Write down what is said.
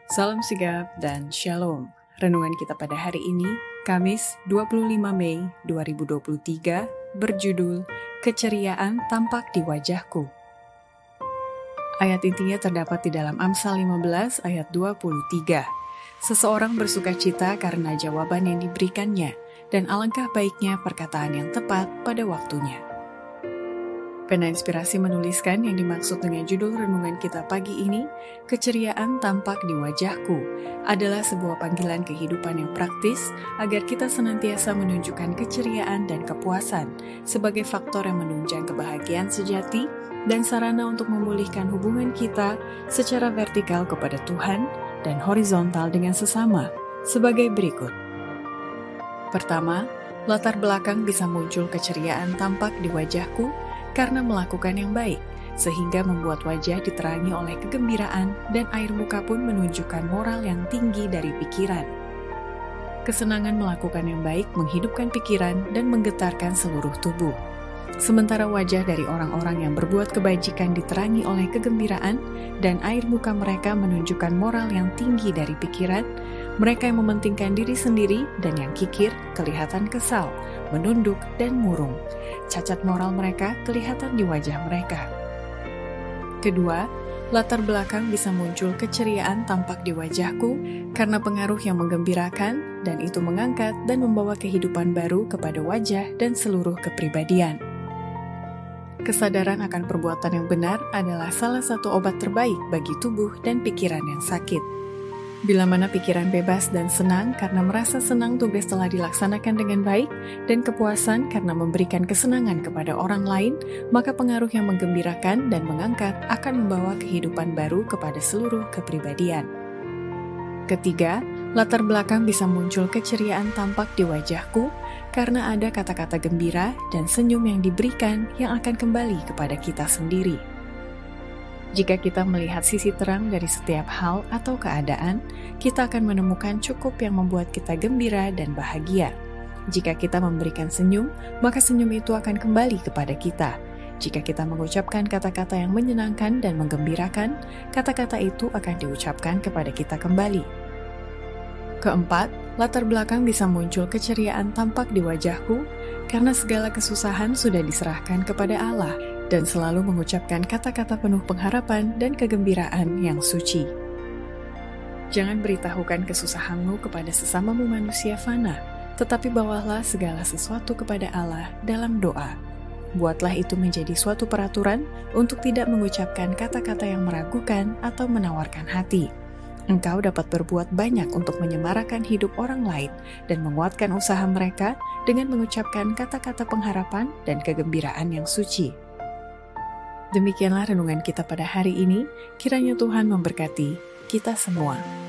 Salam sigap dan shalom. Renungan kita pada hari ini, Kamis 25 Mei 2023, berjudul Keceriaan Tampak di Wajahku. Ayat intinya terdapat di dalam Amsal 15 ayat 23. Seseorang bersuka cita karena jawaban yang diberikannya, dan alangkah baiknya perkataan yang tepat pada waktunya. Pena Inspirasi menuliskan yang dimaksud dengan judul renungan kita pagi ini, Keceriaan Tampak di Wajahku, adalah sebuah panggilan kehidupan yang praktis agar kita senantiasa menunjukkan keceriaan dan kepuasan sebagai faktor yang menunjang kebahagiaan sejati dan sarana untuk memulihkan hubungan kita secara vertikal kepada Tuhan dan horizontal dengan sesama sebagai berikut. Pertama, latar belakang bisa muncul keceriaan tampak di wajahku karena melakukan yang baik, sehingga membuat wajah diterangi oleh kegembiraan dan air muka pun menunjukkan moral yang tinggi dari pikiran. Kesenangan melakukan yang baik menghidupkan pikiran dan menggetarkan seluruh tubuh. Sementara wajah dari orang-orang yang berbuat kebajikan diterangi oleh kegembiraan dan air muka mereka menunjukkan moral yang tinggi dari pikiran, mereka yang mementingkan diri sendiri dan yang kikir kelihatan kesal, menunduk, dan murung. Cacat moral mereka kelihatan di wajah mereka. Kedua, latar belakang bisa muncul keceriaan tampak di wajahku karena pengaruh yang menggembirakan dan itu mengangkat dan membawa kehidupan baru kepada wajah dan seluruh kepribadian. Kesadaran akan perbuatan yang benar adalah salah satu obat terbaik bagi tubuh dan pikiran yang sakit. Bila mana pikiran bebas dan senang karena merasa senang tugas telah dilaksanakan dengan baik dan kepuasan karena memberikan kesenangan kepada orang lain, maka pengaruh yang menggembirakan dan mengangkat akan membawa kehidupan baru kepada seluruh kepribadian. Ketiga, latar belakang bisa muncul keceriaan tampak di wajahku karena ada kata-kata gembira dan senyum yang diberikan yang akan kembali kepada kita sendiri. Jika kita melihat sisi terang dari setiap hal atau keadaan, kita akan menemukan cukup yang membuat kita gembira dan bahagia. Jika kita memberikan senyum, maka senyum itu akan kembali kepada kita. Jika kita mengucapkan kata-kata yang menyenangkan dan menggembirakan, kata-kata itu akan diucapkan kepada kita kembali. Keempat, latar belakang bisa muncul keceriaan tampak di wajahku karena segala kesusahan sudah diserahkan kepada Allah dan selalu mengucapkan kata-kata penuh pengharapan dan kegembiraan yang suci. Jangan beritahukan kesusahanmu kepada sesamamu manusia fana, tetapi bawalah segala sesuatu kepada Allah dalam doa. Buatlah itu menjadi suatu peraturan untuk tidak mengucapkan kata-kata yang meragukan atau menawarkan hati. Engkau dapat berbuat banyak untuk menyemarakan hidup orang lain dan menguatkan usaha mereka dengan mengucapkan kata-kata pengharapan dan kegembiraan yang suci. Demikianlah renungan kita pada hari ini. Kiranya Tuhan memberkati kita semua.